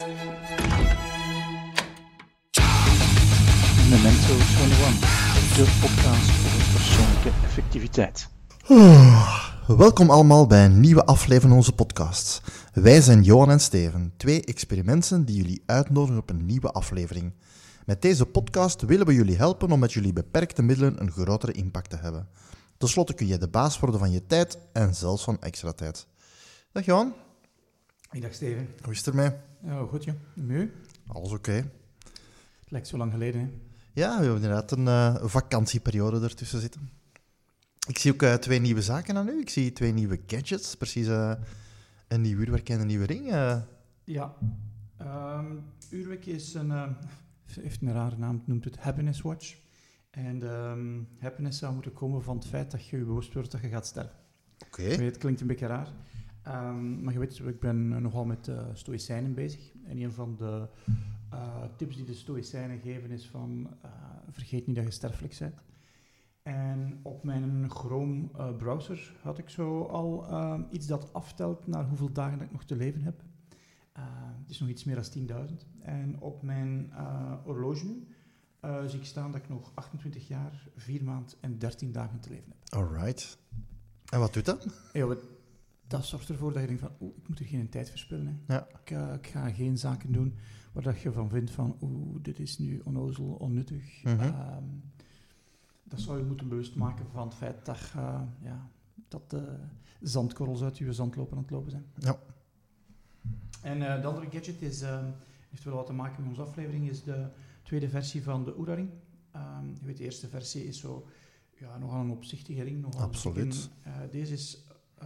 Memento 21, de podcast over persoonlijke effectiviteit. Welkom allemaal bij een nieuwe aflevering van onze podcast. Wij zijn Johan en Steven, twee experimenten die jullie uitnodigen op een nieuwe aflevering. Met deze podcast willen we jullie helpen om met jullie beperkte middelen een grotere impact te hebben. Ten slotte kun je de baas worden van je tijd en zelfs van extra tijd. Dag Johan. Dag Steven. Hoe is het ermee? Ja, goed joh. Met u? Alles oké. Het lijkt zo lang geleden, hè? Ja, we hebben inderdaad een vakantieperiode ertussen zitten. Ik zie ook twee nieuwe zaken aan u. Ik zie twee nieuwe gadgets. Precies een nieuw uurwerk en een nieuwe ring. Ja. Uurwerk is heeft een rare naam, het noemt het Happiness Watch. En happiness zou moeten komen van het feit dat je je bewust wordt dat je gaat sterven. Oké. Het klinkt een beetje raar. Maar je weet, ik ben nogal met stoïcijnen bezig. En een van de tips die de stoïcijnen geven is van vergeet niet dat je sterfelijk bent. En op mijn Chrome browser had ik zo al iets dat aftelt naar hoeveel dagen dat ik nog te leven heb. Het is nog iets meer dan 10.000. En op mijn horloge nu zie ik staan dat ik nog 28 jaar, 4 maanden en 13 dagen te leven heb. Alright. En wat doet dat? Ja, dat zorgt ervoor dat je denkt van, ik moet er geen tijd verspillen. Hè. Ja. Ik ga geen zaken doen waar dat je van vindt van, dit is nu onnozel, onnuttig. Mm-hmm. Dat zou je moeten bewust maken van het feit dat de zandkorrels uit je zandloper aan het lopen zijn. Ja. En de andere gadget heeft wel wat te maken met onze aflevering, is de tweede versie van de Oura-ring. Je weet, de eerste versie is zo, nogal een opzichtige ring. Absoluut. Deze is,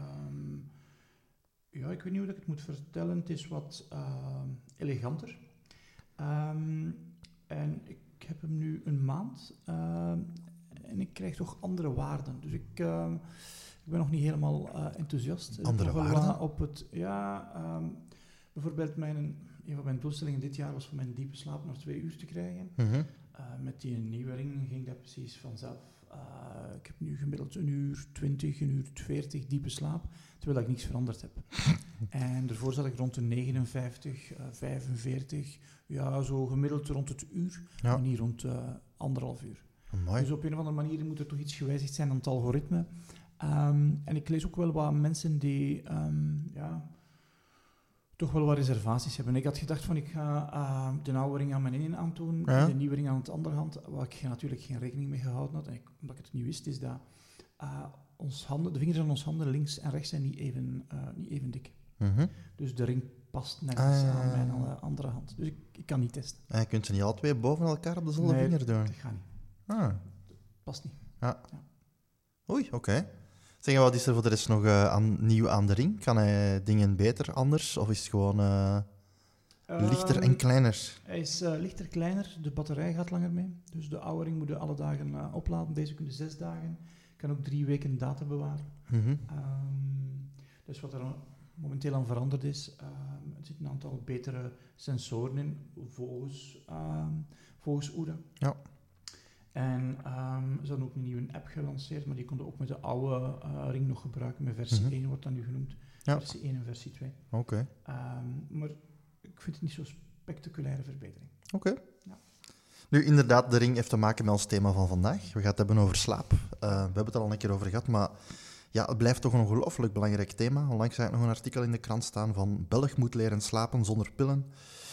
ik weet niet hoe ik het moet vertellen, het is wat eleganter. En ik heb hem nu een maand en ik krijg toch andere waarden. Dus ik ben nog niet helemaal enthousiast. Andere waarden? Op het, bijvoorbeeld een van mijn doelstellingen dit jaar was voor mijn diepe slaap nog 2 uur te krijgen. Mm-hmm. Met die nieuwe ring ging dat precies vanzelf. Ik heb nu gemiddeld 1 uur 20, 1 uur 40 diepe slaap, terwijl ik niks veranderd heb. En daarvoor zat ik rond de 59, 45, zo gemiddeld rond het uur, en niet rond 1,5 uur. Mooi. Dus op een of andere manier moet er toch iets gewijzigd zijn aan het algoritme. En ik lees ook wel wat mensen die toch wel wat reservaties hebben. Ik had gedacht van ik ga de oude ring aan mijn ene hand doen en de nieuwe ring aan de andere hand, waar ik natuurlijk geen rekening mee gehouden had. En omdat ik het niet wist, is dat de vingers aan onze handen links en rechts zijn niet even dik. Mm-hmm. Dus de ring past netjes aan mijn andere hand. Dus ik kan niet testen. En je kunt ze niet alle twee boven elkaar op dezelfde vinger doen? Dat gaat niet. Dat past niet. Ja. Oei, oké. Zeg, wat is er voor de rest nog nieuw aan de ring? Kan hij dingen beter, anders? Of is het gewoon lichter en kleiner? Hij is lichter, kleiner. De batterij gaat langer mee. Dus de oude ring moet je alle dagen opladen. Deze kunnen 6 dagen. Kan ook 3 weken data bewaren. Mm-hmm. Dus wat er momenteel aan veranderd is, er zitten een aantal betere sensoren in, volgens Oura. Ja. En ze hadden ook een nieuwe app gelanceerd, maar die konden ook met de oude ring nog gebruiken. Met versie 1 wordt dat nu genoemd. Ja. Versie 1 en versie 2. Oké. Maar ik vind het niet zo'n spectaculaire verbetering. Oké. Ja. Nu, inderdaad, de ring heeft te maken met ons thema van vandaag. We gaan het hebben over slaap. We hebben het er al een keer over gehad, maar het blijft toch een ongelooflijk belangrijk thema. Onlangs had ik nog een artikel in de krant staan van Belg moet leren slapen zonder pillen.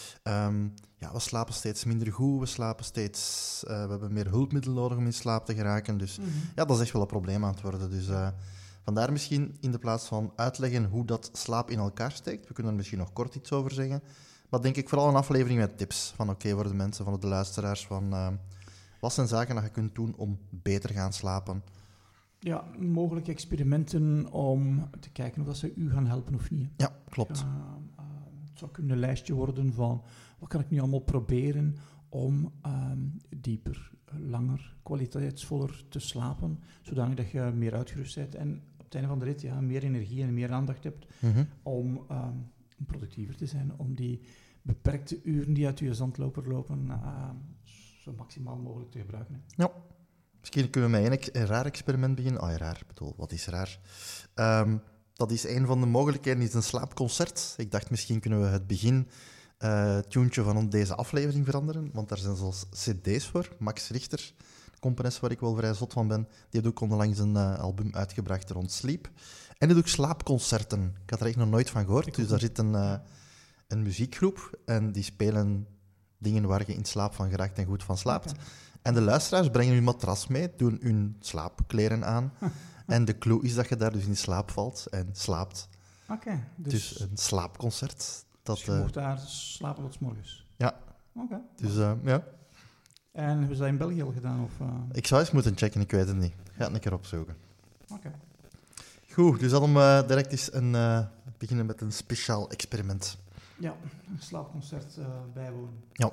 We slapen steeds minder goed, we hebben meer hulpmiddelen nodig om in slaap te geraken. Dus dat is echt wel een probleem aan het worden. Dus vandaar misschien in de plaats van uitleggen hoe dat slaap in elkaar steekt, we kunnen er misschien nog kort iets over zeggen, maar denk ik vooral een aflevering met tips van voor de mensen, van de luisteraars, van wat zijn zaken dat je kunt doen om beter gaan slapen. Ja, mogelijke experimenten om te kijken of dat ze u gaan helpen of niet. Ja, klopt. Het zou kunnen een lijstje worden van wat kan ik nu allemaal proberen om dieper, langer, kwaliteitsvoller te slapen, zodanig dat je meer uitgerust bent en op het einde van de rit meer energie en meer aandacht hebt om productiever te zijn, om die beperkte uren die uit je zandloper lopen zo maximaal mogelijk te gebruiken. Ja. Misschien kunnen we met een raar experiment beginnen. Wat is raar? Dat is een van de mogelijkheden, is een slaapconcert. Ik dacht, misschien kunnen we het begin tuentje van deze aflevering veranderen, want daar zijn zelfs cd's voor. Max Richter, componist waar ik wel vrij zot van ben, die heeft ook onlangs een album uitgebracht rond sleep. En die doet ook slaapconcerten. Ik had er echt nog nooit van gehoord. Dus daar zit een muziekgroep en die spelen dingen waar je in slaap van geraakt en goed van slaapt. Okay. En de luisteraars brengen hun matras mee, doen hun slaapkleren aan. En de clue is dat je daar dus in slaap valt en slaapt. Oké. Dus een slaapconcert. Dus je mocht daar slapen tot 's morgens? Ja. Oké. Dus ja. En hebben ze dat in België al gedaan? Of, Ik zou eens moeten checken, ik weet het niet. Ga het een keer opzoeken. Oké. Goed, dus dan direct eens beginnen met een speciaal experiment. Ja, een slaapconcert bijwonen. Ja.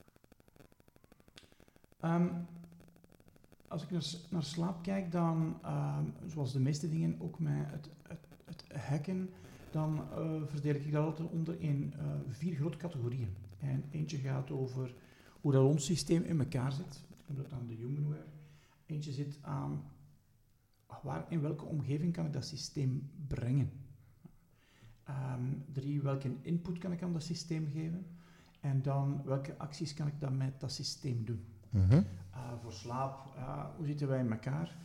Als ik naar slaap kijk, dan, zoals de meeste dingen, ook met het hacken, dan verdeel ik dat altijd onder in 4 grote categorieën. En eentje gaat over hoe dat ons systeem in elkaar zit. Ik noem dat dan de humanware. Eentje zit aan in welke omgeving kan ik dat systeem brengen. 3, welke input kan ik aan dat systeem geven? En dan, welke acties kan ik dan met dat systeem doen? Mm-hmm. Voor slaap, hoe zitten wij in elkaar?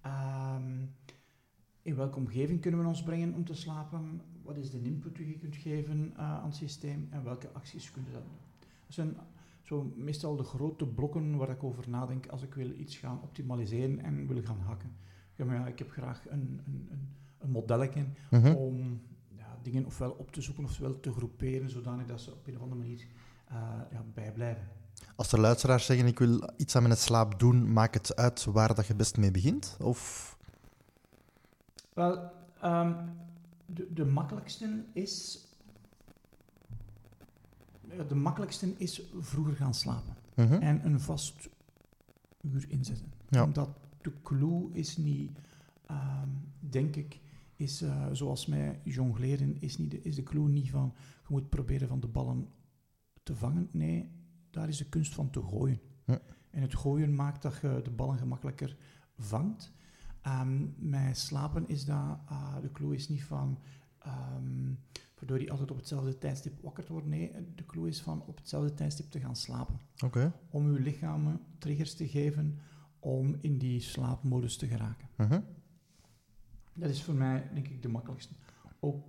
In welke omgeving kunnen we ons brengen om te slapen? Wat is de input die je kunt geven aan het systeem? En welke acties kunnen we dat doen? Dat zijn zo meestal de grote blokken waar ik over nadenk als ik wil iets gaan optimaliseren en wil gaan hacken. Ik heb graag een modelletje om dingen ofwel op te zoeken ofwel te groeperen, zodanig dat ze op een of andere manier bijblijven. Als er luisteraars zeggen, ik wil iets aan mijn slaap doen, maak het uit waar dat je best mee begint? Of? Wel, de makkelijkste is vroeger gaan slapen. Mm-hmm. En een vast uur inzetten. Ja. Omdat de clue is niet, denk ik, is zoals met jongleren, is de clue niet van, je moet proberen van de ballen te vangen. Nee, daar is de kunst van te gooien. Ja. En het gooien maakt dat je de ballen gemakkelijker vangt. Met slapen is dat, de clue is niet van, waardoor je altijd op hetzelfde tijdstip wakker te worden. Nee, de clue is van op hetzelfde tijdstip te gaan slapen. Okay. Om je lichaam triggers te geven om in die slaapmodus te geraken. Mm-hmm. Dat is voor mij, denk ik, de makkelijkste. Ook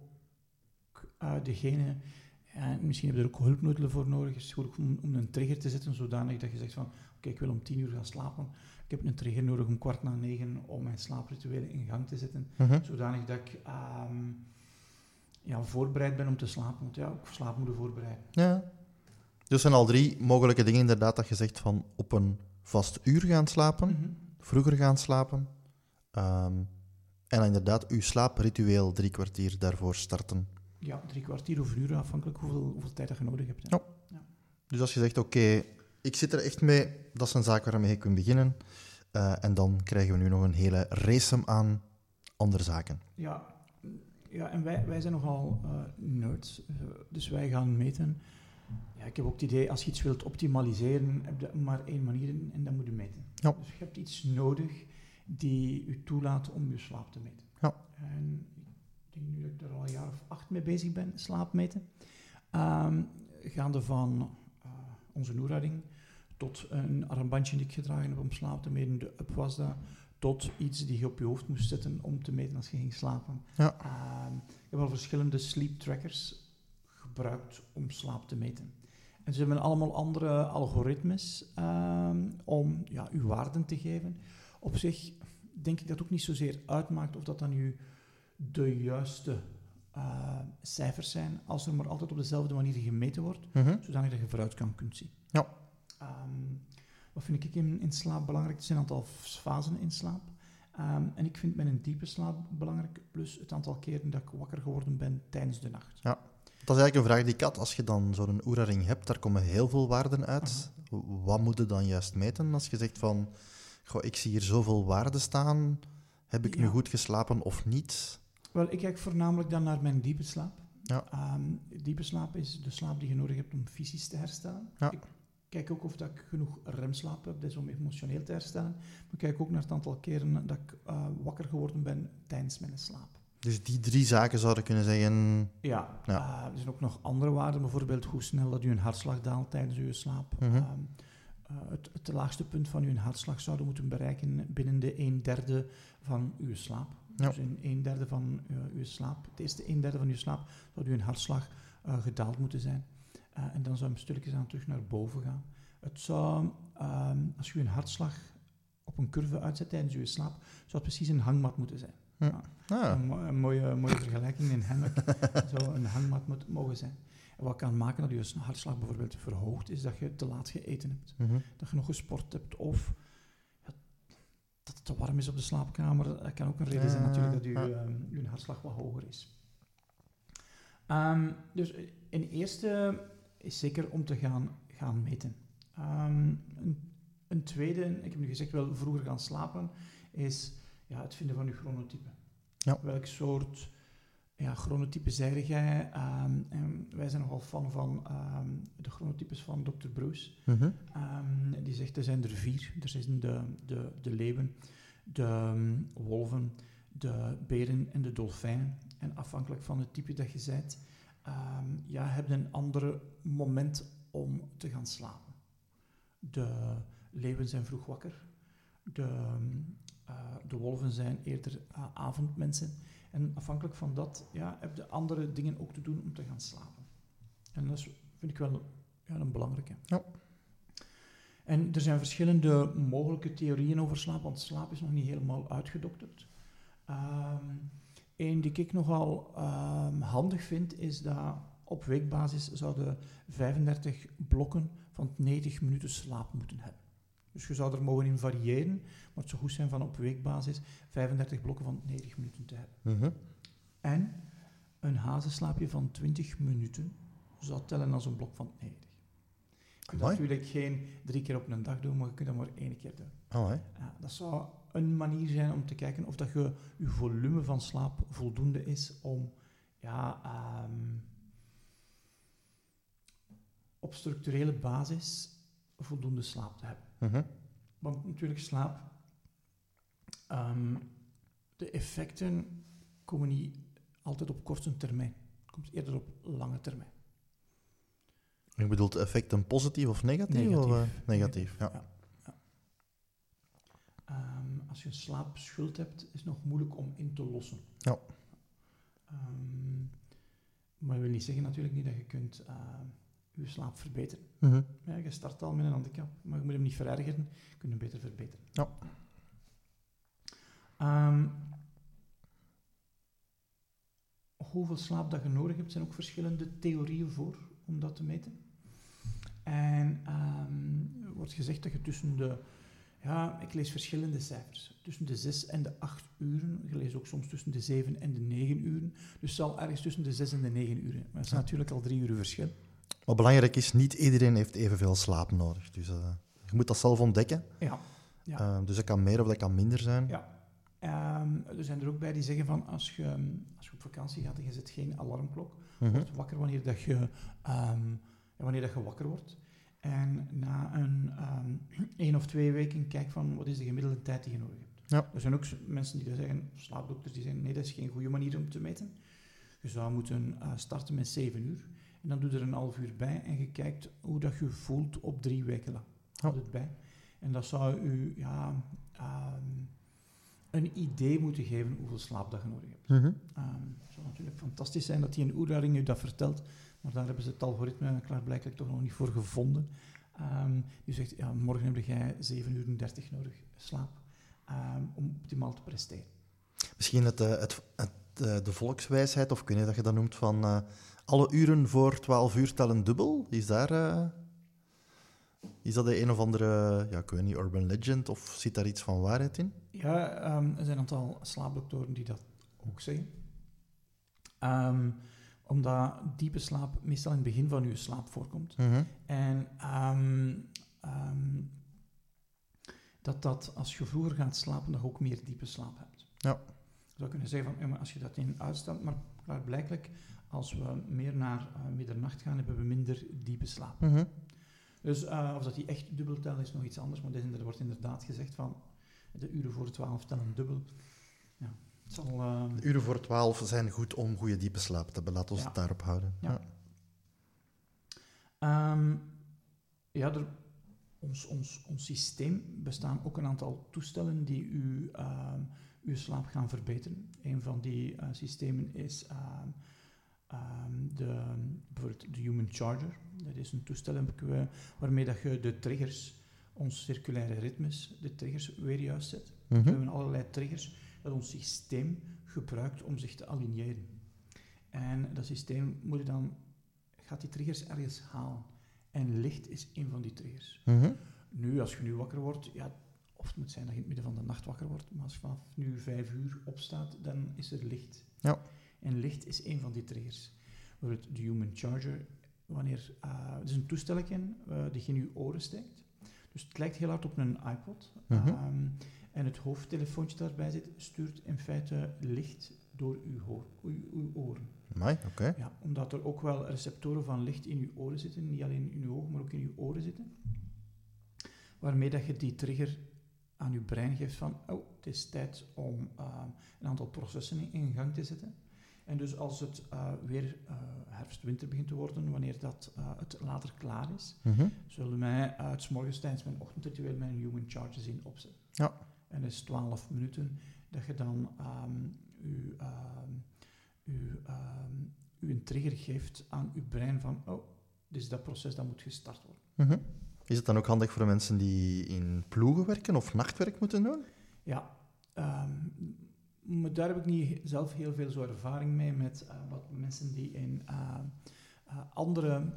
degene, misschien heb je er ook hulpmiddelen voor nodig, het is goed om een trigger te zetten, zodanig dat je zegt van, oké, ik wil om 10 uur gaan slapen. Ik heb een trigger nodig om 8:15 om mijn slaaprituelen in gang te zetten, zodanig dat ik voorbereid ben om te slapen. Want ja, ook slaap moeten voorbereiden. Ja. Dus er zijn al 3 mogelijke dingen inderdaad dat je zegt van op een vast uur gaan slapen, vroeger gaan slapen, en dan inderdaad uw slaapritueel 3 kwartier daarvoor starten. Ja, 3 kwartier of een uur, afhankelijk hoeveel tijd dat je nodig hebt. Ja. Dus als je zegt, oké, ik zit er echt mee, dat is een zaak waarmee je kunt beginnen, en dan krijgen we nu nog een hele race aan andere zaken. Ja, en wij zijn nogal nerds, dus wij gaan meten. Ja, ik heb ook het idee, als je iets wilt optimaliseren, heb je maar 1 manier en dat moet je meten. Ja. Dus je hebt iets nodig die je toelaat om je slaap te meten. Ja. En ik denk nu dat ik er al een jaar of 8 mee bezig ben, slaap meten. Gaande van onze Noora-ring tot een armbandje die ik gedragen heb om slaap te meten, de up was dat, tot iets die je op je hoofd moest zetten om te meten als je ging slapen. Ja. Ik heb al verschillende sleep trackers gebruikt om slaap te meten. En ze hebben allemaal andere algoritmes om uw waarden te geven. Op zich denk ik dat ook niet zozeer uitmaakt of dat dan de juiste cijfers zijn, als er maar altijd op dezelfde manier gemeten wordt, zodanig dat je vooruitgang kunt zien. Ja. Wat vind ik in slaap belangrijk? Er zijn een aantal fasen in slaap. En ik vind met een diepe slaap belangrijk, plus het aantal keren dat ik wakker geworden ben tijdens de nacht. Ja. Dat is eigenlijk een vraag die ik had. Als je dan zo'n Oura-ring hebt, daar komen heel veel waarden uit. Wat moet je dan juist meten als je zegt van, goh, ik zie hier zoveel waarden staan, heb ik nu goed geslapen of niet? Wel, ik kijk voornamelijk dan naar mijn diepe slaap. Ja. Diepe slaap is de slaap die je nodig hebt om fysisch te herstellen. Ja. Ik kijk ook of dat ik genoeg remslaap heb, dat is om emotioneel te herstellen. Maar ik kijk ook naar het aantal keren dat ik wakker geworden ben tijdens mijn slaap. Dus die 3 zaken zouden kunnen zeggen... Ja, Ja. Er zijn ook nog andere waarden, bijvoorbeeld hoe snel dat uw hartslag daalt tijdens uw slaap. Het laagste punt van uw hartslag zouden moeten bereiken binnen de 1/3 van uw slaap. Ja. Dus in 1/3 van uw slaap, het eerste 1/3 van uw slaap, zou uw hartslag gedaald moeten zijn. En dan zou hem stilletjes aan terug naar boven gaan. Het zou, als je uw hartslag op een curve uitzet tijdens uw slaap, zou het precies een hangmat moeten zijn. Een mooie vergelijking in hammock. Het zou een hangmat mogen zijn. En wat kan maken dat je hartslag bijvoorbeeld verhoogt, is dat je te laat gegeten hebt. Dat je nog gesport hebt of dat het te warm is op de slaapkamer. Dat kan ook een reden zijn natuurlijk dat je hartslag wat hoger is. Dus in eerste is zeker om te gaan meten. Een tweede, ik heb nu gezegd wel vroeger gaan slapen, is het vinden van je chronotype. Ja. Welk soort chronotype zei jij? Wij zijn nogal fan van de chronotypes van Dr. Bruce. Die zegt er zijn er 4. Er zijn de leeuwen, de wolven, de beren en de dolfijnen. En afhankelijk van het type dat je bent, heb je een ander moment om te gaan slapen. De leeuwen zijn vroeg wakker. De wolven zijn eerder avondmensen. En afhankelijk van dat heb je andere dingen ook te doen om te gaan slapen. En dat vind ik wel een belangrijke. Ja. En er zijn verschillende mogelijke theorieën over slaap, want slaap is nog niet helemaal uitgedokterd. Eén die ik nogal handig vind, is dat op weekbasis zouden 35 blokken van 90 minuten slaap moeten hebben. Dus je zou er mogen in variëren, maar het zou goed zijn van op weekbasis 35 blokken van 90 minuten te hebben. En een hazenslaapje van 20 minuten zou tellen als een blok van 90. Je kunt natuurlijk geen 3 keer op een dag doen, maar je kunt dat maar 1 keer doen. Dat zou een manier zijn om te kijken of dat je volume van slaap voldoende is om op structurele basis voldoende slaap te hebben. Want natuurlijk slaap, de effecten komen niet altijd op korte termijn. Het komt eerder op lange termijn. Je bedoelt effecten positief of negatief? Negatief, ja. Als je een slaapschuld hebt, is het nog moeilijk om in te lossen. Ja. Maar dat wil niet zeggen natuurlijk niet dat je kunt je slaap verbeteren. Je start al met een handicap, maar je moet hem niet verergeren. Je kunt hem beter verbeteren. Ja. Hoeveel slaap dat je nodig hebt, zijn ook verschillende theorieën voor om dat te meten. En er wordt gezegd dat je tussen de... ik lees verschillende cijfers. Tussen de 6 en de 8 uren. Je leest ook soms tussen de 7 en de 9 uren. Dus het zal ergens tussen de 6 en de 9 uren. Maar dat is natuurlijk al 3 uur verschil. Wat belangrijk is, niet iedereen heeft evenveel slaap nodig. Dus je moet dat zelf ontdekken. Ja. Dus dat kan meer of dat kan minder zijn. Ja. Er zijn er ook bij die zeggen van als je op vakantie gaat en je zet geen alarmklok, word wakker wanneer dat je wakker wordt. En na een 1 of 2 weken kijk van wat is de gemiddelde tijd die je nodig hebt. Ja. Er zijn ook mensen die zeggen, slaapdokters die zeggen, nee, dat is geen goede manier om te meten. Je zou moeten starten met 7 uur. En dan doe je er een half uur bij en je kijkt hoe dat je voelt op 3 weken lang. Houd het bij. En dat zou u een idee moeten geven hoeveel slaap dat je nodig hebt. Het zou natuurlijk fantastisch zijn dat die in Oeraring u dat vertelt, maar daar hebben ze het algoritme klaarblijkelijk toch nog niet voor gevonden. Die zegt, morgen heb jij 7 uur en 30 nodig slaap om optimaal te presteren. Misschien de volkswijsheid, of ik weet niet dat je dat noemt, van alle uren voor 12 uur tellen dubbel. Is dat de een of andere, ik weet niet, urban legend, of zit daar iets van waarheid in? Ja, er zijn een aantal slaapdoktoren die dat ook zeggen. Omdat diepe slaap meestal in het begin van je slaap voorkomt. En dat als je vroeger gaat slapen, dat je ook meer diepe slaap hebt. Ja. Je zou kunnen zeggen van, maar als je dat in uitstelt, maar klaarblijkelijk, als we meer naar middernacht gaan, hebben we minder diepe slaap. Dus of dat die echt dubbel tellen is nog iets anders, maar er wordt inderdaad gezegd van de uren voor 12 tellen dubbel. Ja. Het zal, Uren voor 12 zijn goed om goede diepe slaap te hebben. Laten we het daarop houden. Ja. Ons systeem bestaan ook een aantal toestellen die uw slaap gaan verbeteren. Een van die systemen is bijvoorbeeld de Human Charger. Dat is een toestel waarmee dat je de triggers, ons circulaire ritmes, de triggers weer juist zet. We hebben allerlei triggers dat ons systeem gebruikt om zich te aligneren. En dat systeem gaat die triggers ergens halen. En licht is een van die triggers. Nu, als je nu wakker wordt, of het moet zijn dat je in het midden van de nacht wakker wordt, maar als je vanaf nu 5 uur opstaat, dan is er licht. Ja. En licht is een van die triggers. Bijvoorbeeld de Human Charger, het is een toestelletje die je in je oren steekt. Dus het lijkt heel hard op een iPod. En het hoofdtelefoontje daarbij zit, stuurt in feite licht door uw oren. Amai, oké. Ja, omdat er ook wel receptoren van licht in uw oren zitten, niet alleen in uw ogen, maar ook in uw oren zitten. Waarmee dat je die trigger aan je brein geeft van, het is tijd om een aantal processen in gang te zetten. En dus als het weer herfst-winter begint te worden, wanneer dat het later klaar is, zullen wij 's morgens tijdens mijn ochtendritueel mijn Human Charger zien opzetten. Ja. En dat is 12 minuten dat je dan een trigger geeft aan je brein van, dit is dat proces dat moet gestart worden. Is het dan ook handig voor mensen die in ploegen werken of nachtwerk moeten doen? Ja, maar daar heb ik niet zelf heel veel zo ervaring mee met wat mensen die in andere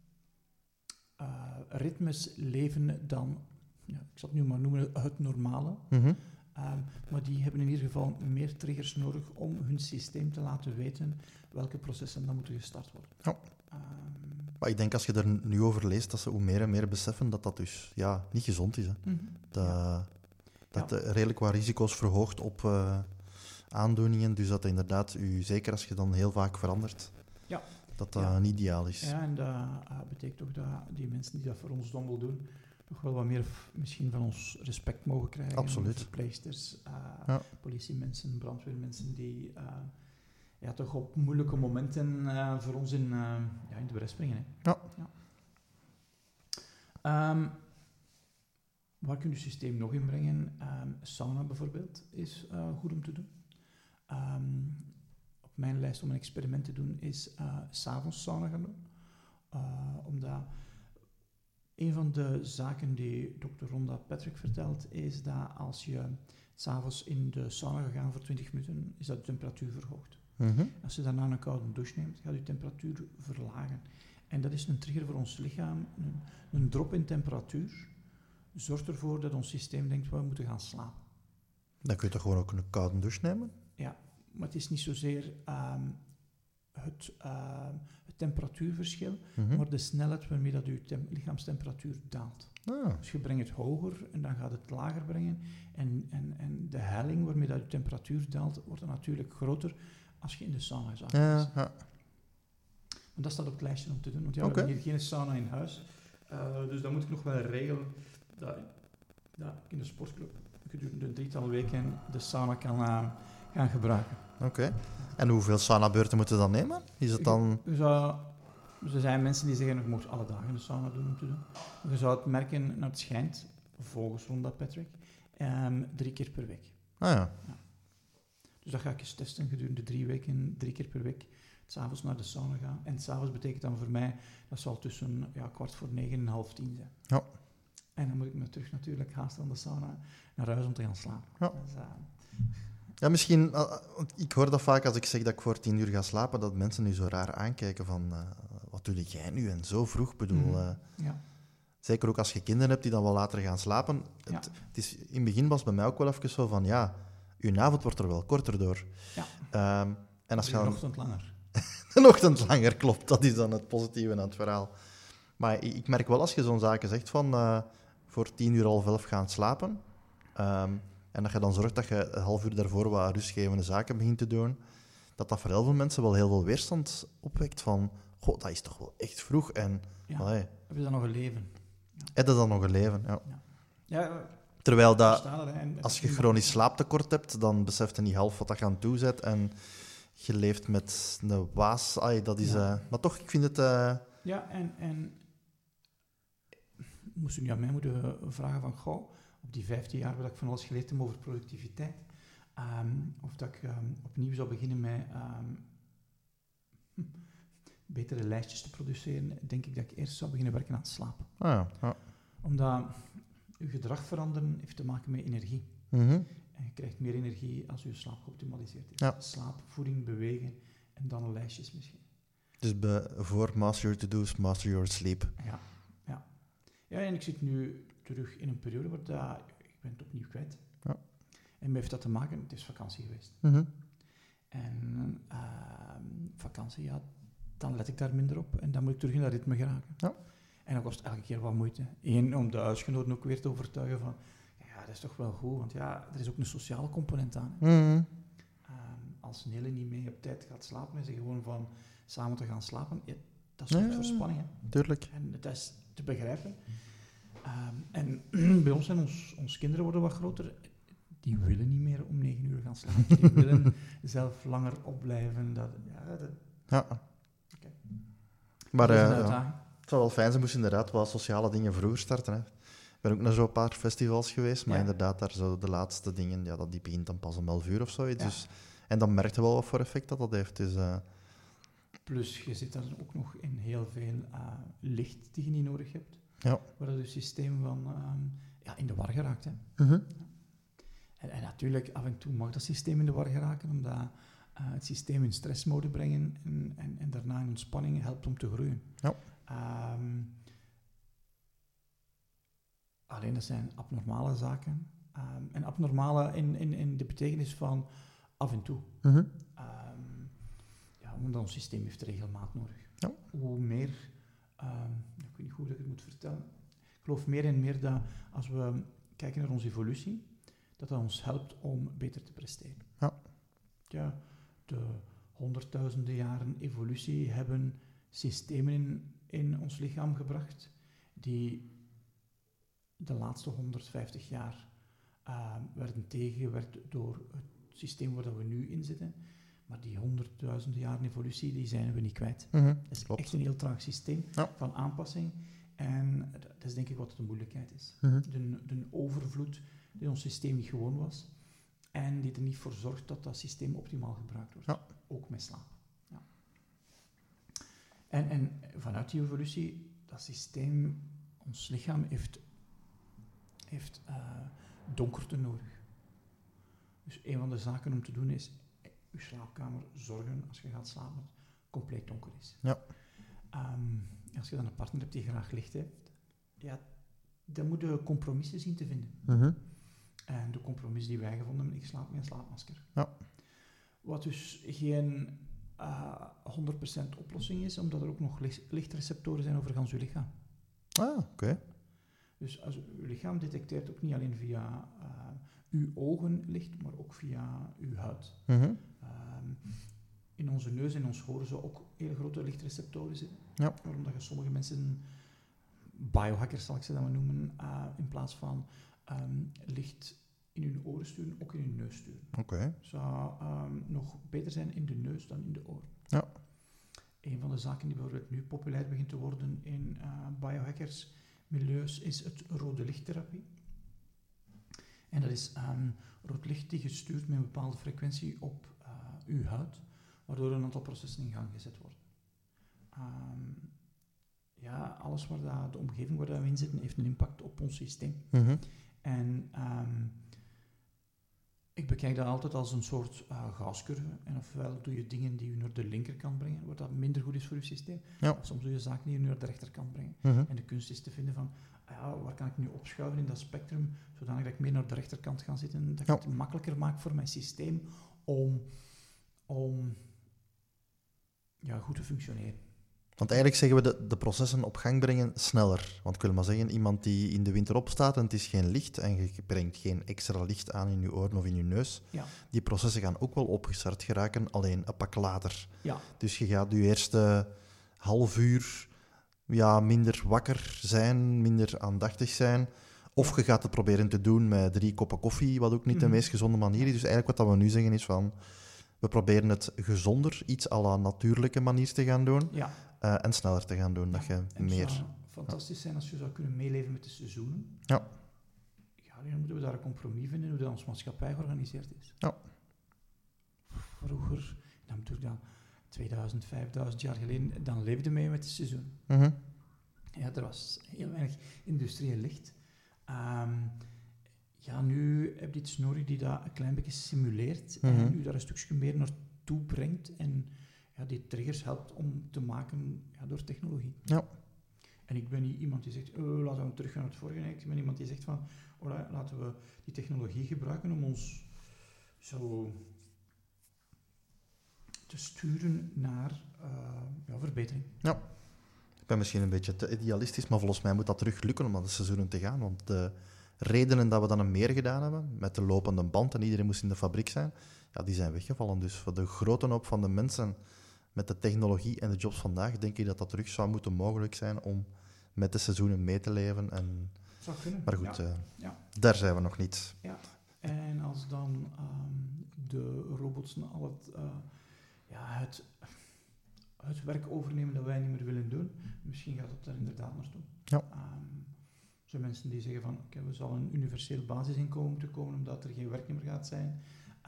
ritmes leven dan, ik zal het nu maar noemen, het normale. Maar die hebben in ieder geval meer triggers nodig om hun systeem te laten weten welke processen dan moeten gestart worden. Maar ik denk als je er nu over leest, dat ze hoe meer en meer beseffen dat dat dus niet gezond is. Hè. Dat redelijk wat risico's verhoogt op aandoeningen. Dus dat inderdaad, zeker als je dan heel vaak verandert, dat niet ideaal is. Ja, en dat betekent ook dat die mensen die dat voor ons dommel doen, nog wel wat meer misschien van ons respect mogen krijgen. Absoluut. Verpleegsters, politiemensen, brandweermensen die toch op moeilijke momenten voor ons in de bres springen. Hè. Waar kun je systeem nog in brengen? Sauna bijvoorbeeld is goed om te doen. Op mijn lijst om een experiment te doen is 's avonds sauna gaan doen. Omdat een van de zaken die Dr. Rhonda Patrick vertelt, is dat als je 's avonds in de sauna gaat gaan voor 20 minuten, is dat de temperatuur verhoogt. Als je daarna een koude douche neemt, gaat je temperatuur verlagen. En dat is een trigger voor ons lichaam. Een drop in temperatuur zorgt ervoor dat ons systeem denkt, we moeten gaan slapen. Dan kun je toch gewoon ook een koude douche nemen? Ja, maar het is niet zozeer het temperatuurverschil, maar de snelheid waarmee dat je lichaamstemperatuur daalt. Dus je brengt het hoger en dan gaat het lager brengen. En de helling waarmee dat je temperatuur daalt, wordt dan natuurlijk groter als je in de sauna zou gaan. Maar dat staat op het lijstje om te doen, want we hebben hier geen sauna in huis. Dus dan moet ik nog wel regelen dat ik in de sportclub gedurende een 3-tal weken de sauna kan gaan gebruiken. Oké. En hoeveel saunabeurten moeten we dan nemen? Is het dan... Er zijn mensen die zeggen, je moet alle dagen de sauna doen om te doen. Je zou het merken, het schijnt, volgens Rhonda Patrick, 3 keer per week. Dus dat ga ik eens testen gedurende 3 weken, 3 keer per week. 's Avonds naar de sauna gaan. En 's avonds betekent dan voor mij, dat zal tussen 9:15 en 9:30 zijn. Ja. En dan moet ik me terug natuurlijk haasten aan de sauna naar huis om te gaan slapen. Ja. Dus, ja, misschien... ik hoor dat vaak als ik zeg dat ik voor 10 uur ga slapen, dat mensen nu zo raar aankijken van... wat doe jij nu? En zo vroeg, Zeker ook als je kinderen hebt die dan wel later gaan slapen. Het is, in het begin was het bij mij ook wel even zo van... je avond wordt er wel korter door. Ja. En als je een ochtend langer. Een ochtend langer, klopt. Dat is dan het positieve aan het verhaal. Maar ik merk wel als je zo'n zaken zegt van... voor 10 uur, 10:30 gaan slapen... en dat je dan zorgt dat je een half uur daarvoor wat rustgevende zaken begint te doen... dat voor heel veel mensen wel heel veel weerstand opwekt van... Goh, dat is toch wel echt vroeg. En, heb je dan nog een leven? Heb je dan nog een leven, Ja. Terwijl dat, Verstaan het, hè? En als je chronisch slaaptekort hebt, dan beseft je niet half wat dat je aan toe zet. En je leeft met een waas. Dat is... maar toch, ik vind het... Ja, en moest u nu aan mij moeten vragen van, goh, op die 15 jaar waar ik van alles geleerd heb over productiviteit, of dat ik opnieuw zou beginnen met betere lijstjes te produceren, denk ik dat ik eerst zou beginnen werken aan het slapen. Omdat uw gedrag veranderen heeft te maken met energie. Mhm. En je krijgt meer energie als je slaap geoptimaliseerd is. Ja. Slaap, voeding, bewegen en dan lijstjes misschien. Dus voor master your to-do's, master your sleep. Ja, en ik zit nu terug in een periode waar ik ben het opnieuw kwijt. Ja. En met heeft dat te maken, het is vakantie geweest. Mhm. En vakantie, ja, dan let ik daar minder op en dan moet ik terug in dat ritme geraken. Ja. En dat kost elke keer wat moeite. Eén, om de huisgenoten ook weer te overtuigen van, ja, dat is toch wel goed, want ja, er is ook een sociale component aan. Hè. Mhm. Als Nelle niet mee op tijd gaat slapen en ze gewoon van samen te gaan slapen, ja, dat zorgt voor spanning. Hè. Tuurlijk. En dat is te begrijpen. En bij ons zijn ons kinderen worden wat groter. Die willen niet meer om 9 uur gaan slapen. Die willen zelf langer opblijven. Ja. Okay. Maar Dat is een uitdaging. het zou wel fijn zijn, moest inderdaad wat sociale dingen vroeger starten. Hè. Ik ben ook naar zo'n paar festivals geweest, maar inderdaad, daar zo de laatste dingen, ja, die begint dan pas om 11 uur of zoiets. Ja. Dus, en dan merk je wel wat voor effect dat heeft. Dus, Plus, je zit daar ook nog in heel veel licht die je niet nodig hebt. Ja. Waar het systeem van in de war geraakt. Hè. Mhm. En natuurlijk, af en toe mag dat systeem in de war geraken, omdat het systeem in stressmode brengen en daarna in ontspanning helpt om te groeien. Ja. Alleen dat zijn abnormale zaken. En abnormale in de betekenis van af en toe. Mhm. Omdat ons systeem heeft regelmaat nodig. Ja. Hoe meer, ik weet niet hoe ik het moet vertellen. Ik geloof meer en meer dat als we kijken naar onze evolutie, dat ons helpt om beter te presteren. Ja. De honderdduizenden jaren evolutie hebben systemen in ons lichaam gebracht die de laatste 150 jaar werden tegengewerkt door het systeem waar we nu in zitten. Maar die honderdduizenden jaren evolutie, die zijn we niet kwijt. Mhm. Dat is echt een heel traag systeem van aanpassing. En dat is denk ik wat de moeilijkheid is. Mhm. De overvloed die ons systeem niet gewoon was. En die er niet voor zorgt dat dat systeem optimaal gebruikt wordt. Ja. Ook met slaap. Ja. En vanuit die evolutie, dat systeem, ons lichaam heeft donkerte nodig. Dus een van de zaken om te doen is je slaapkamer zorgen, als je gaat slapen, dat het compleet donker is. Ja. Als je dan een partner hebt die graag licht heeft, ja, dan moet je compromissen zien te vinden. Mhm. En de compromis die wij gevonden hebben, ik slaap met een slaapmasker. Ja. Wat dus geen 100% oplossing is, omdat er ook nog lichtreceptoren zijn over gans je lichaam. Oké. Dus als uw lichaam detecteert ook niet alleen via uw ogen licht, maar ook via uw huid. Mhm. In onze neus en ons horen zo ook hele grote lichtreceptoren zitten. Ja. Waarom dat je sommige mensen, biohackers zal ik ze dan maar noemen, in plaats van licht in hun oren sturen, ook in hun neus sturen. Oké. Zou nog beter zijn in de neus dan in de oren. Ja. Een van de zaken die bijvoorbeeld nu populair begint te worden in biohackers milieus is het rode lichttherapie. En dat is rood licht die gestuurd met een bepaalde frequentie op uw huid, waardoor een aantal processen in gang gezet worden. Alles waar de omgeving waar we in zitten, heeft een impact op ons systeem. Mhm. En ik bekijk dat altijd als een soort gauscurve. En ofwel doe je dingen die je naar de linkerkant brengen, wat dat minder goed is voor je systeem. Ja. Of soms doe je zaken die je naar de rechterkant brengen. Mhm. En de kunst is te vinden van, waar kan ik nu opschuiven in dat spectrum, zodanig dat ik meer naar de rechterkant ga zitten, dat ik het makkelijker maak voor mijn systeem om goed te functioneren. Want eigenlijk zeggen we de processen op gang brengen sneller. Want ik wil maar zeggen, iemand die in de winter opstaat en het is geen licht en je brengt geen extra licht aan in je oren of in je neus, die processen gaan ook wel opgestart geraken, alleen een pak later. Ja. Dus je gaat je eerste half uur minder wakker zijn, minder aandachtig zijn, Of je gaat het proberen te doen met 3 koppen koffie, wat ook niet de meest gezonde manier is. Dus eigenlijk wat we nu zeggen is van, we proberen het gezonder, iets à la natuurlijke manier te gaan doen. Ja. En sneller te gaan doen, dat je En meer... het zou fantastisch zijn als je zou kunnen meeleven met de seizoenen. Ja. Ja, dan moeten we daar een compromis vinden hoe dat onze maatschappij georganiseerd is. Ja. Vroeger, dan bedoel ik dan 2000, 5000 jaar geleden, dan leefde mee met de seizoen. Mhm. Ja, er was heel weinig industrieel licht. Ja, nu heb je iets nodig die dat een klein beetje simuleert en u daar een stukje meer naartoe brengt en ja, die triggers helpt om te maken door technologie. Ja. En ik ben niet iemand die zegt, laten we terug gaan naar het vorige. Ik ben iemand die zegt van, laten we die technologie gebruiken om ons zo te sturen naar verbetering. Ja. Ik ben misschien een beetje te idealistisch, maar volgens mij moet dat terug lukken om aan de seizoenen te gaan. Want de redenen dat we dan een meer gedaan hebben, met de lopende band en iedereen moest in de fabriek zijn, ja, die zijn weggevallen. Dus voor de grote hoop van de mensen met de technologie en de jobs vandaag, denk ik dat dat terug zou moeten mogelijk zijn om met de seizoenen mee te leven. En... Zou kunnen. Maar goed, ja. Daar zijn we nog niet. Ja, en als dan de robots al het werk overnemen dat wij niet meer willen doen, misschien gaat het daar inderdaad naartoe. Ja. Er zijn mensen die zeggen van, we zal een universeel basisinkomen moeten komen omdat er geen werk meer gaat zijn.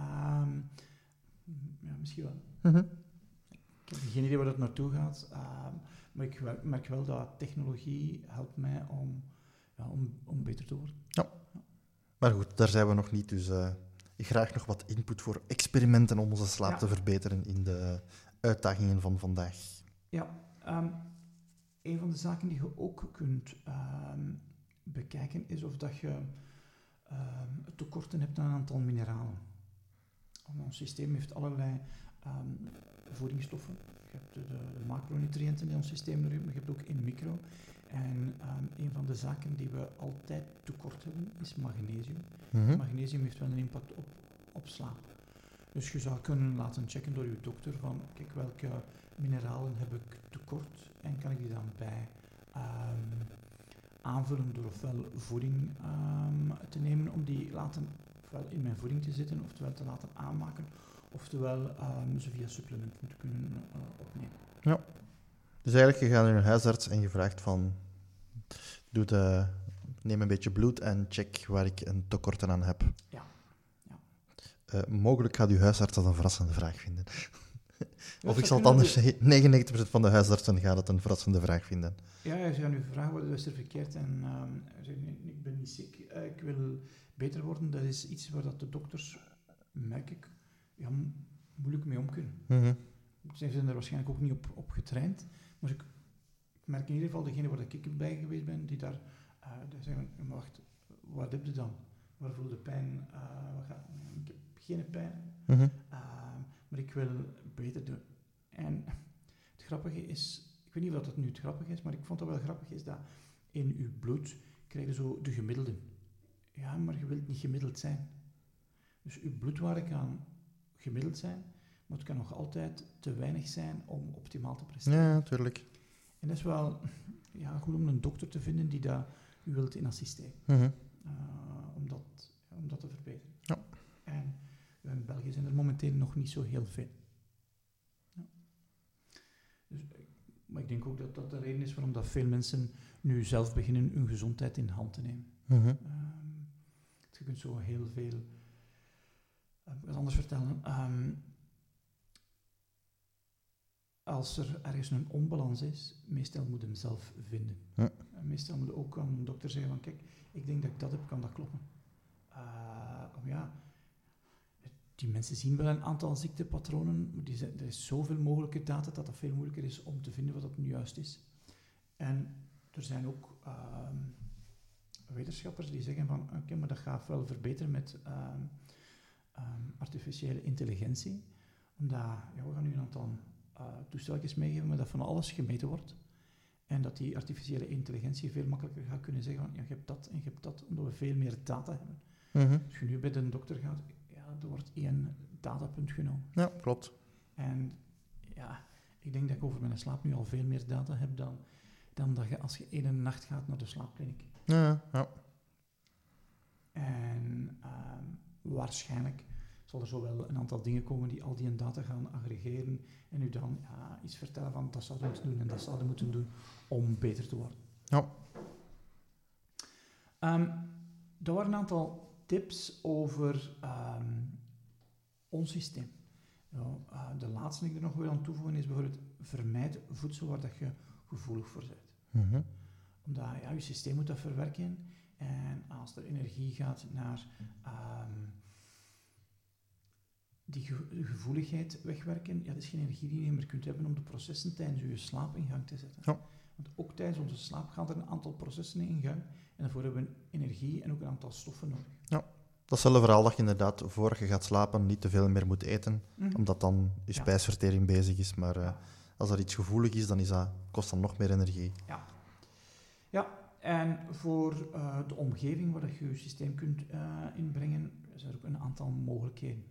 Ja, misschien wel. Mm-hmm. Ik heb geen idee waar dat naartoe gaat, maar ik merk wel dat technologie helpt mij om beter te worden. Ja. Maar goed, daar zijn we nog niet, dus graag nog wat input voor experimenten om onze slaap te verbeteren in de uitdagingen van vandaag. Ja, een van de zaken die je ook kunt bekijken is of dat je tekorten hebt aan een aantal mineralen. Ons systeem heeft allerlei voedingsstoffen. Je hebt de macronutriënten in ons systeem, maar je hebt ook in micro. En een van de zaken die we altijd tekort hebben is magnesium. Mm-hmm. Magnesium heeft wel een impact op slaap. Dus je zou kunnen laten checken door je dokter van, kijk, welke mineralen heb ik tekort en kan ik die dan bij aanvullen door ofwel voeding te nemen om die ofwel in mijn voeding te zitten, oftewel te laten aanmaken, oftewel ze via supplementen te kunnen opnemen. Ja. Dus eigenlijk, je gaat naar een huisarts en je vraagt van, neem een beetje bloed en check waar ik een tekort aan heb. Ja. Mogelijk gaat uw huisarts dat een verrassende vraag vinden. Ja, of ik zal het anders zeggen, 99% van de huisartsen gaat het een verrassende vraag vinden. Ja, ze gaan u vragen, wat is er verkeerd? En zeggen, ik ben niet ziek, ik wil beter worden. Dat is iets waar dat de dokters, merk ik, moeilijk mee om kunnen. Mm-hmm. Ze zijn er waarschijnlijk ook niet op getraind. Maar ik merk in ieder geval, degene waar ik bij geweest ben, die daar zeggen, maar wacht, wat heb je dan? Waar voel je pijn? Ik heb geen pijn, Mm-hmm. maar ik wil beter doen. En het grappige is, ik weet niet of dat nu het grappige is, maar ik vond dat wel grappig, is dat in uw bloed krijg je zo de gemiddelde. Ja, maar je wilt niet gemiddeld zijn. Dus uw bloedwaarde kan gemiddeld zijn, maar het kan nog altijd te weinig zijn om optimaal te presteren. Ja, natuurlijk. En dat is wel goed om een dokter te vinden die dat u wilt in assisteren. Mm-hmm. Om dat te verbeteren. Ja. En in België zijn er momenteel nog niet zo heel veel. Ja. Dus, maar ik denk ook dat dat de reden is waarom dat veel mensen nu zelf beginnen hun gezondheid in hand te nemen. Mm-hmm. Je kunt zo heel veel... wat anders vertellen. Als er ergens een onbalans is, meestal moet je hem zelf vinden. Ja. Meestal moet je ook aan een dokter zeggen van, kijk, ik denk dat ik dat heb, kan dat kloppen? Die mensen zien wel een aantal ziektepatronen, maar er is zoveel mogelijke data dat het veel moeilijker is om te vinden wat dat nu juist is. En er zijn ook wetenschappers die zeggen van, oké, maar dat gaat wel verbeteren met artificiële intelligentie, omdat we gaan nu een aantal toesteltjes meegeven, maar dat van alles gemeten wordt. En dat die artificiële intelligentie veel makkelijker gaat kunnen zeggen van, je hebt dat en je hebt dat, omdat we veel meer data hebben. Mm-hmm. Als je nu bij de dokter gaat, er wordt 1 datapunt genomen. Ja, klopt. En ik denk dat ik over mijn slaap nu al veel meer data heb dan dat je als je in een nacht gaat naar de slaapkliniek. Ja. waarschijnlijk zal er zo wel een aantal dingen komen die al die data gaan aggregeren en u dan iets vertellen van dat zouden we moeten doen en dat zouden we moeten doen om beter te worden. Ja. Er waren een aantal tips over ons systeem. De laatste die ik er nog wil aan toevoegen is bijvoorbeeld vermijd voedsel waar dat je gevoelig voor bent. Omdat je systeem moet dat verwerken en als er energie gaat naar die gevoeligheid wegwerken, dat is geen energie die je meer kunt hebben om de processen tijdens je slaap in gang te zetten. Ja. Want ook tijdens onze slaap gaan er een aantal processen in gang en daarvoor hebben we energie en ook een aantal stoffen nodig. Ja. Datzelfde verhaal dat je inderdaad, voor je gaat slapen, niet te veel meer moet eten, omdat dan je spijsvertering bezig is. Maar als er iets gevoelig is, dan kost dat nog meer energie. Ja, en voor de omgeving waar je systeem kunt inbrengen, zijn er ook een aantal mogelijkheden.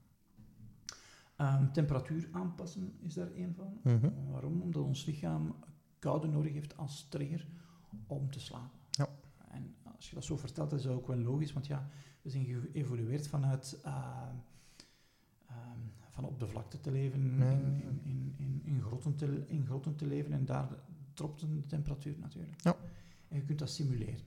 Temperatuur aanpassen is daar één van. Waarom? Omdat ons lichaam koude nodig heeft als trigger om te slapen. Ja. En als je dat zo vertelt, is dat ook wel logisch, want we zijn geëvolueerd vanuit van op de vlakte te leven, in grotten te leven, en daar dropt de temperatuur natuurlijk. Ja. En je kunt dat simuleren.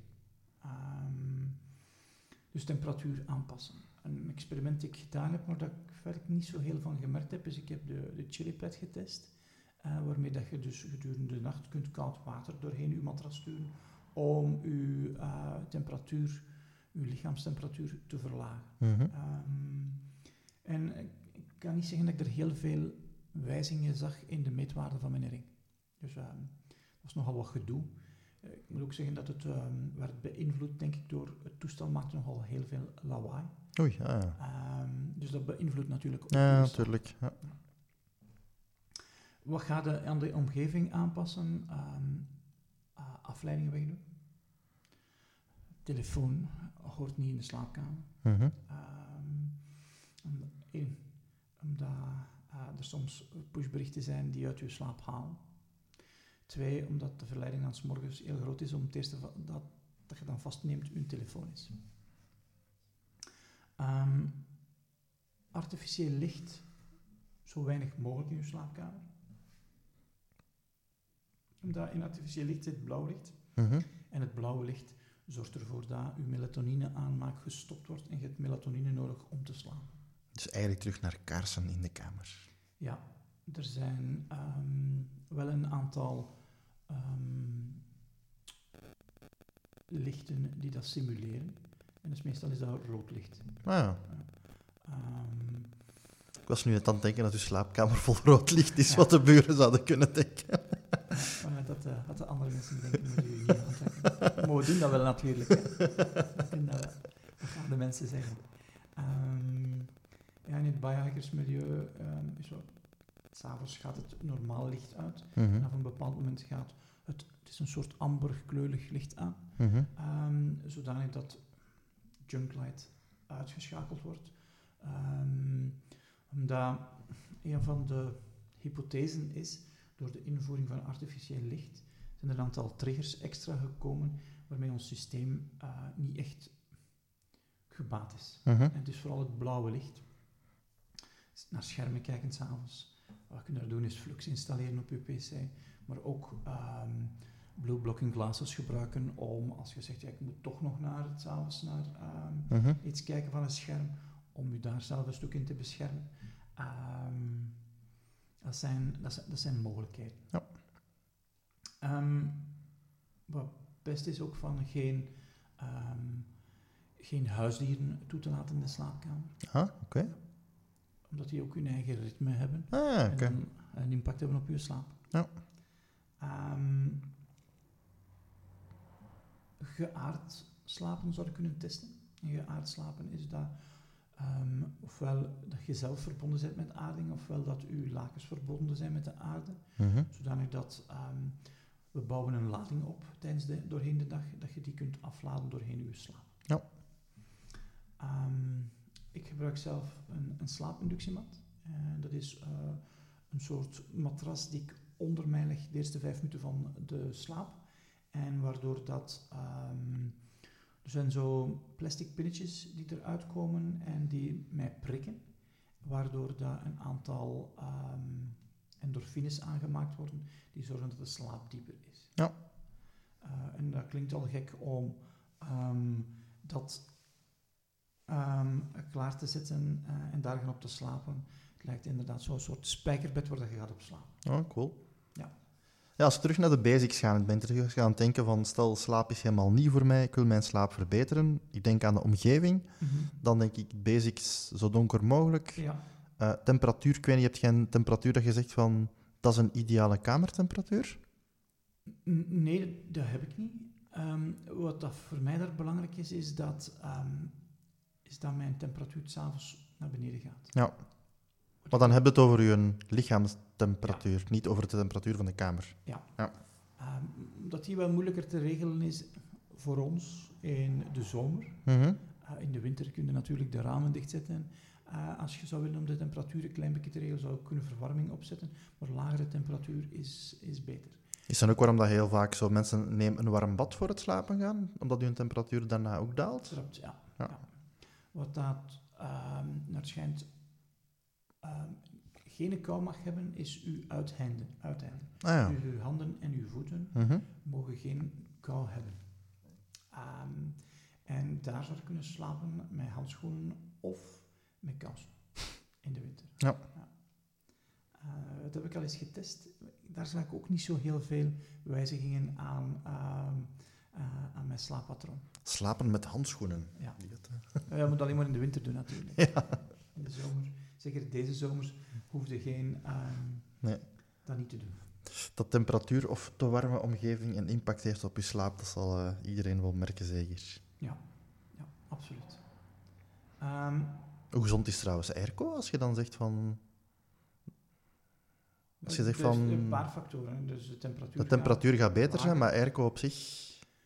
Dus temperatuur aanpassen. Een experiment dat ik gedaan heb, maar dat ik verder niet zo heel van gemerkt heb, is ik heb de chilipad getest, waarmee dat je dus gedurende de nacht kunt koud water doorheen je matras sturen om je temperatuur, je lichaamstemperatuur te verlagen. En ik kan niet zeggen dat ik er heel veel wijzigingen zag in de meetwaarde van mijn ring. Dus dat was nogal wat gedoe. Ik moet ook zeggen dat het werd beïnvloed, denk ik, door het toestel maakte nogal heel veel lawaai. Oei, ja. Dus dat beïnvloedt natuurlijk ook. Ja, natuurlijk. Ja. Wat gaat je aan de omgeving aanpassen? Afleidingen wegdoen. Telefoon hoort niet in de slaapkamer. Omdat er soms pushberichten zijn die uit je slaap halen. 2, omdat de verleiding aan 's morgens heel groot is om het eerste dat je dan vastneemt je telefoon is. Artificieel licht, zo weinig mogelijk in je slaapkamer. Omdat in artificieel licht zit blauw licht. En het blauwe licht zorgt ervoor dat je melatonine-aanmaak gestopt wordt en je hebt melatonine nodig om te slapen. Dus eigenlijk terug naar kaarsen in de kamer. Ja, er zijn wel een aantal lichten die dat simuleren. En dus meestal is dat rood licht. Ik was nu net aan het denken dat uw slaapkamer vol rood licht is, wat de buren zouden kunnen denken. Dat had de andere mensen denken, moet je niet aantrekken. Maar we doen dat wel natuurlijk. We doen dat wel. Dat gaan de mensen zeggen. In het bijhikersmilieu is zo, 's avonds gaat het normaal licht uit. En op een bepaald moment gaat het is een soort amberkleurig licht aan. Zodanig dat junklight uitgeschakeld wordt. Omdat een van de hypothesen is, door de invoering van artificieel licht, zijn er een aantal triggers extra gekomen waarmee ons systeem niet echt gebaat is. En het is vooral het blauwe licht. Naar schermen kijken 's avonds. Wat je kunt doen is Flux installeren op je pc, maar ook blue blocking glasses gebruiken om, als je zegt, ik moet toch nog naar 's avonds naar iets kijken van een scherm, om je daar zelf een stuk in te beschermen. Dat zijn mogelijkheden. Ja. Wat best is ook van geen huisdieren toe te laten in de slaapkamer. Oké. Omdat die ook hun eigen ritme hebben. En dan een impact hebben op je slaap. Ja. Geaard slapen zou je kunnen testen. En geaard slapen is dat ofwel dat je zelf verbonden bent met aarding, ofwel dat je lakens verbonden zijn met de aarde. Zodanig dat we bouwen een lading op doorheen de dag, dat je die kunt afladen doorheen je slaap. Ja. Ik gebruik zelf een slaapinductiemat. Dat is een soort matras die ik onder mij leg de eerste 5 minuten van de slaap. En waardoor dat Er zijn zo plastic pinnetjes die eruit komen en die mij prikken, waardoor dat een aantal endorfines aangemaakt worden, die zorgen dat de slaap dieper is. Ja. En dat klinkt al gek om dat klaar te zetten en daar gaan op te slapen. Het lijkt inderdaad zo'n soort spijkerbed waar je gaat op slapen. Oh, cool. Ja. Ja, als we terug naar de basics gaan, ik ben terug gaan denken van, stel, slaap is helemaal niet voor mij, ik wil mijn slaap verbeteren. Ik denk aan de omgeving, dan denk ik basics zo donker mogelijk. Ja. Temperatuur, ik weet niet, je hebt geen temperatuur dat je zegt van, dat is een ideale kamertemperatuur? Nee, dat heb ik niet. Wat dat voor mij daar belangrijk is dat mijn temperatuur 's avonds naar beneden gaat. Ja. Maar dan heb je het over je lichaamstemperatuur, niet over de temperatuur van de kamer. Ja. Ja. Dat die wel moeilijker te regelen is voor ons in de zomer. Mhm. In de winter kun je natuurlijk de ramen dichtzetten. Als je zou willen om de temperatuur een klein beetje te regelen, zou je kunnen verwarming opzetten. Maar lagere temperatuur is beter. Is dat ook waarom dat heel vaak zo mensen nemen een warm bad voor het slapen gaan? Omdat hun temperatuur daarna ook daalt? Klopt, ja. Ja. Ja. Wat dat naar het schijnt geen kou mag hebben, is uw uitheinden. Ah ja. Uw handen en uw voeten Mhm. mogen geen kou hebben. En daar zou je kunnen slapen met handschoenen of met kousen in de winter. Ja. Dat heb ik al eens getest. Daar zag ik ook niet zo heel veel wijzigingen aan mijn slaappatroon. Slapen met handschoenen. Ja. Die het, Je moet alleen maar in de winter doen natuurlijk. Ja. In de zomer, zeker deze zomers, hoefde geen Nee. dat niet te doen. Dat temperatuur of te warme omgeving een impact heeft op je slaap, dat zal iedereen wel merken, zeker. Ja, absoluut. Hoe gezond is trouwens airco, als je dan zegt van... Als je zegt Er zijn van... een paar factoren. Dus de temperatuur gaat beter lager. zijn, maar airco op zich...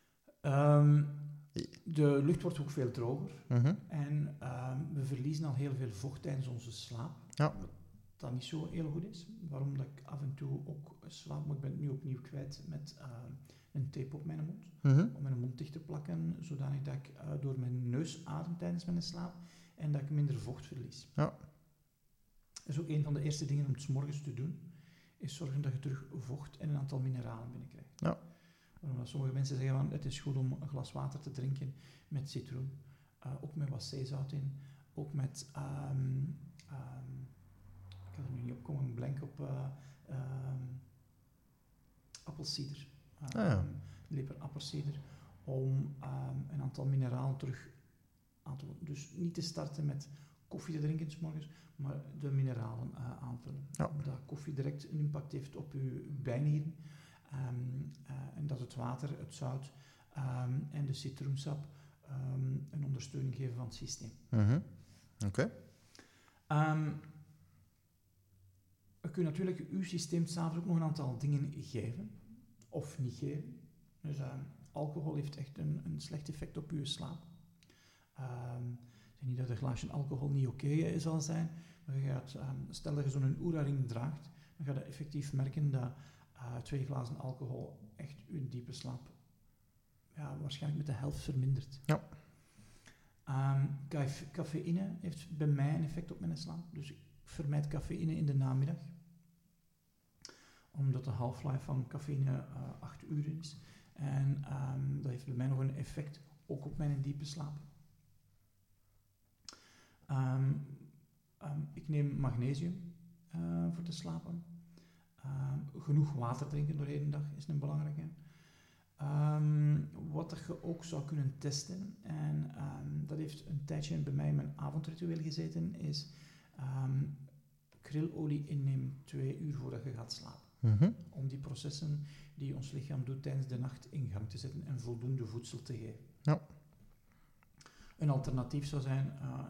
De lucht wordt ook veel droger. Mhm. En we verliezen al heel veel vocht tijdens onze slaap. Ja. Dat niet zo heel goed is. Waarom dat ik af en toe ook slaap, maar ik ben het nu opnieuw kwijt met een tape op mijn mond. Mhm. Om mijn mond dicht te plakken, zodanig dat ik door mijn neus adem tijdens mijn slaap en dat ik minder vocht verlies. Ja. Dat is ook een van de eerste dingen om 's morgens te doen, is zorgen dat je terug vocht en een aantal mineralen binnenkrijgt. Ja. Waarom dat sommige mensen zeggen van het is goed om een glas water te drinken met citroen, ook met wat zeezout in, ook met, ik kan er nu niet op komen, een blank op appelsieder. Ja. Lepel appelsieder, om een aantal mineralen terug aan te vullen. Dus niet te starten met koffie te drinken 's morgens, maar de mineralen aanvullen. Ja. Omdat koffie direct een impact heeft op uw bijnieren. En dat het water, het zout en de citroensap een ondersteuning geven van het systeem. Mhm. Oké. Je kunt natuurlijk uw systeem s'avonds ook nog een aantal dingen geven of niet geven. Dus alcohol heeft echt een slecht effect op uw slaap. Ik zeg niet dat een glaasje alcohol niet oké zal zijn, maar je gaat, stel dat je zo'n Oura-ring draagt, dan ga je effectief merken dat 2 glazen alcohol echt uw diepe slaap waarschijnlijk met de helft vermindert. Ja. Cafeïne heeft bij mij een effect op mijn slaap, dus ik vermijd cafeïne in de namiddag, omdat de half-life van cafeïne 8 uur is. En dat heeft bij mij nog een effect, ook op mijn diepe slaap. Ik neem magnesium voor te slapen. Genoeg water drinken doorheen de dag is een belangrijke. Wat je ook zou kunnen testen, en dat heeft een tijdje bij mij in mijn avondritueel gezeten, is krilolie innemen 2 uur voordat je gaat slapen. Mhm. Om die processen die ons lichaam doet tijdens de nacht in gang te zetten en voldoende voedsel te geven. Ja. Een alternatief zou zijn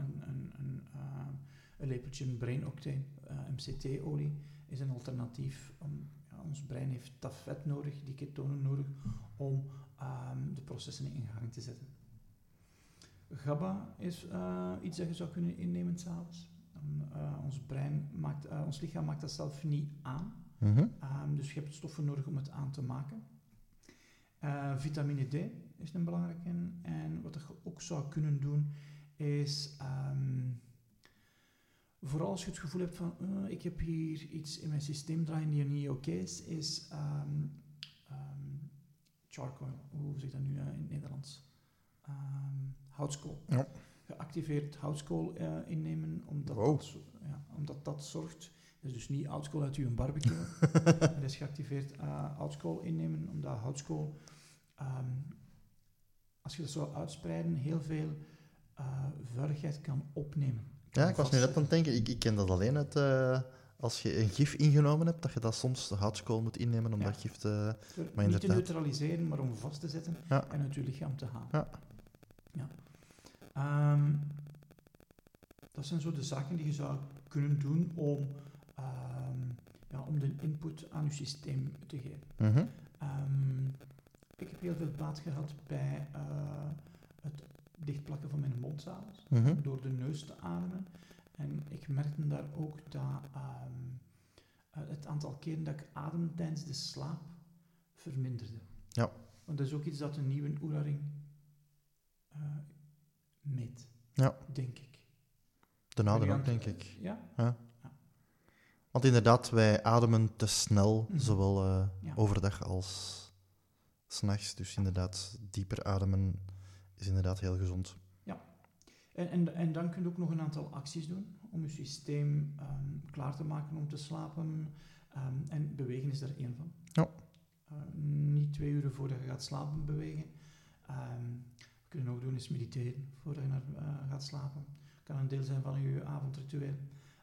een lepeltje Brain Octane, MCT-olie, is een alternatief. Ons brein heeft dat vet nodig, die ketonen nodig, om de processen in gang te zetten. GABA is iets dat je zou kunnen innemen s'avonds. Ons lichaam maakt dat zelf niet aan. Mhm. Dus je hebt stoffen nodig om het aan te maken. Vitamine D is een belangrijke. En wat je ook zou kunnen doen, is... vooral als je het gevoel hebt van... ik heb hier iets in mijn systeem draaien die niet oké is... charcoal, hoe zeg ik dat nu in het Nederlands? Houtskool. Ja. Geactiveerd houtskool innemen, omdat dat zorgt... Dus niet houtskool uit uw barbecue. Dat is geactiveerd houtskool innemen, omdat houtskool... als je dat zou uitspreiden, heel veel vuiligheid kan opnemen. Ja, ik was nu net aan het denken, ik ken dat alleen uit... als je een gif ingenomen hebt, dat je dat soms de houtskool moet innemen om dat gif te... Maar niet te neutraliseren, maar om vast te zetten en uit je lichaam te halen. Ja. Dat zijn zo de zaken die je zou kunnen doen om de input aan je systeem te geven. Mm-hmm. Ik heb heel veel baat gehad bij het dichtplakken van mijn mondzales, door de neus te ademen. En ik merkte daar ook dat het aantal keren dat ik adem tijdens de slaap verminderde. Ja. Want dat is ook iets dat de nieuwe Oura-ring meet, denk ik. De oude ook, denk ik. Ja? Want inderdaad, wij ademen te snel, zowel overdag als 's nachts. Dus inderdaad, dieper ademen is inderdaad heel gezond. Ja. En dan kun je ook nog een aantal acties doen om je systeem klaar te maken om te slapen. En bewegen is daar één van. Ja. Niet 2 uur voordat je gaat slapen bewegen. Wat kun je ook doen is mediteren voordat je gaat slapen. Kan een deel zijn van je avondritueel.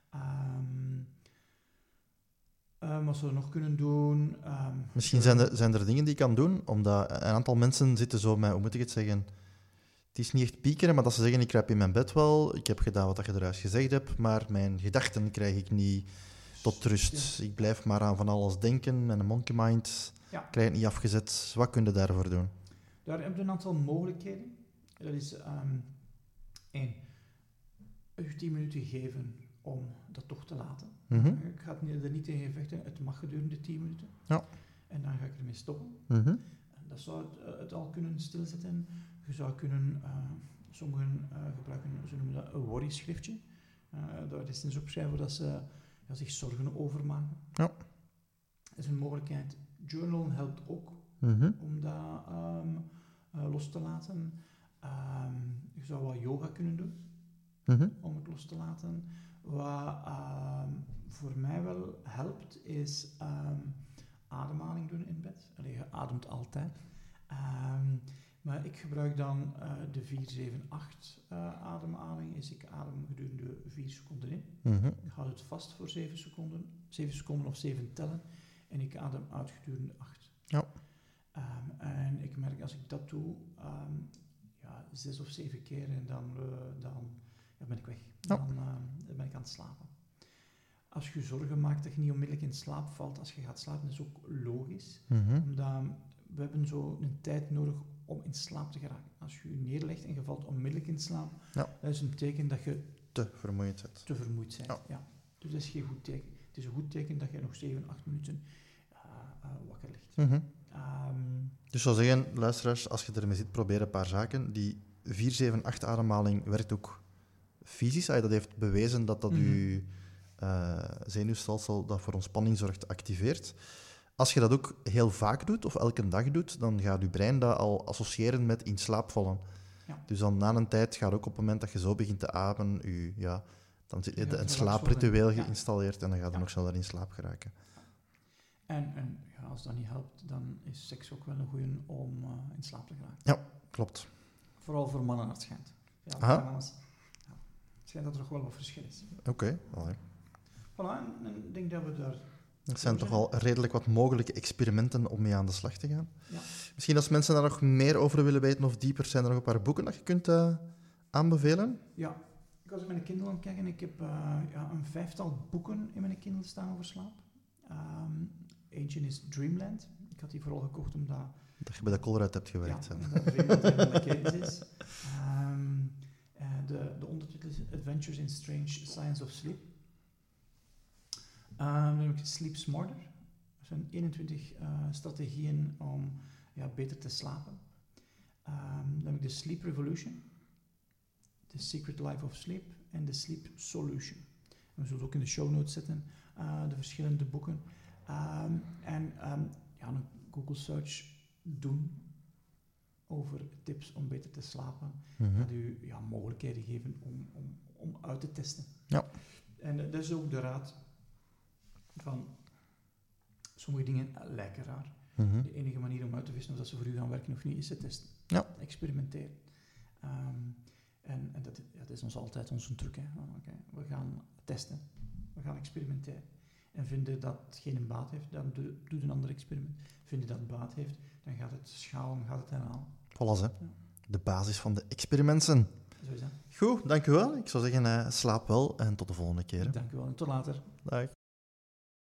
Wat ze nog kunnen doen... Misschien zijn er dingen die je kan doen, omdat een aantal mensen zitten zo met, hoe moet ik het zeggen... Het is niet echt piekeren, maar dat ze zeggen, ik kruip in mijn bed wel, ik heb gedaan wat je eruit gezegd hebt, maar mijn gedachten krijg ik niet tot rust. Ja. Ik blijf maar aan van alles denken en een monkey mind krijg ik niet afgezet. Wat kun je daarvoor doen? Daar hebben we een aantal mogelijkheden. Dat is 1. Je 10 minuten geven om dat toch te laten. Ik ga er niet tegen vechten, het mag gedurende 10 minuten. Ja. En dan ga ik ermee stoppen. Dat zou het al kunnen stilzetten. Je zou kunnen, sommigen gebruiken, ze noemen dat een worry-schriftje. Daar is eens opschrijven dat ze zich zorgen over maken. Ja. Dat is een mogelijkheid. Journalen helpt ook om dat los te laten. Je zou wat yoga kunnen doen om het los te laten. Wat voor mij wel helpt is ademhaling doen in bed. Allee, je ademt altijd. Maar ik gebruik dan de 4-7-8 ademhaling. Ik adem gedurende 4 seconden in. Ik houd het vast voor 7 seconden of 7 tellen. En ik adem uit gedurende 8. Ja. En ik merk als ik dat doe, 6 of 7 keer en dan ben ik weg. Dan ben ik aan het slapen. Als je zorgen maakt dat je niet onmiddellijk in slaap valt als je gaat slapen, dat is ook logisch. Omdat we hebben zo een tijd nodig om in slaap te geraken. Als je je neerlegt en je valt onmiddellijk in slaap, dat is een teken dat je te vermoeid bent. Ja. Dus dat is geen goed teken. Het is een goed teken dat je nog 7, 8 minuten wakker ligt. Dus zou zeggen, luisteraars, als je ermee zit, probeer een paar zaken. Die 4-7-8 ademhaling werkt ook fysisch. Dat heeft bewezen dat je zenuwstelsel dat voor ontspanning zorgt activeert. Als je dat ook heel vaak doet, of elke dag doet, dan gaat je brein dat al associëren met in slaap vallen. Ja. Dus dan na een tijd gaat ook op het moment dat je zo begint te ademen, dan zit je een slaapritueel geïnstalleerd en dan gaat je nog sneller in slaap geraken. En als dat niet helpt, dan is seks ook wel een goeie om in slaap te geraken. Ja, klopt. Vooral voor mannen, het schijnt. Het schijnt dat er nog wel wat verschil is. Oké. Voilà, en ik denk dat we daar... Er zijn toch al redelijk wat mogelijke experimenten om mee aan de slag te gaan. Ja. Misschien als mensen daar nog meer over willen weten of dieper, zijn er nog een paar boeken dat je kunt aanbevelen? Ja, ik was in mijn Kindle aan het kijken. Ik heb een 5-tal boeken in mijn Kindle staan over slaap. Eentje is Dreamland. Ik had die vooral gekocht omdat... Dat je bij de Colruyt hebt gewerkt. Ja, omdat Dreamland helemaal kennis is. De ondertitel is Adventures in Strange Science of Sleep. Dan heb ik Sleep Smarter. Er zijn 21 strategieën om beter te slapen. de Sleep Revolution, The Secret Life of Sleep en The Sleep Solution. We zullen ook in de show notes zetten, de verschillende boeken. Een Google search doen over tips om beter te slapen. Dat u mogelijkheden geven om uit te testen. Ja. En dat is ook de raad van sommige dingen lijken raar. De enige manier om uit te vissen of dat ze voor u gaan werken of niet, is te testen. Ja. Experimenteren. En dat is ons altijd onze truc. Hè. We gaan testen. We gaan experimenteren. En vinden dat het geen baat heeft, dan doe een ander experiment. Vinden dat het baat heeft, dan gaat het schalen, gaat het herhalen. Voilà, hè. Ja. De basis van de experimenten. Zo is dat. Goed, dank u wel. Ik zou zeggen, slaap wel en tot de volgende keer. Dank u wel en tot later. Dag.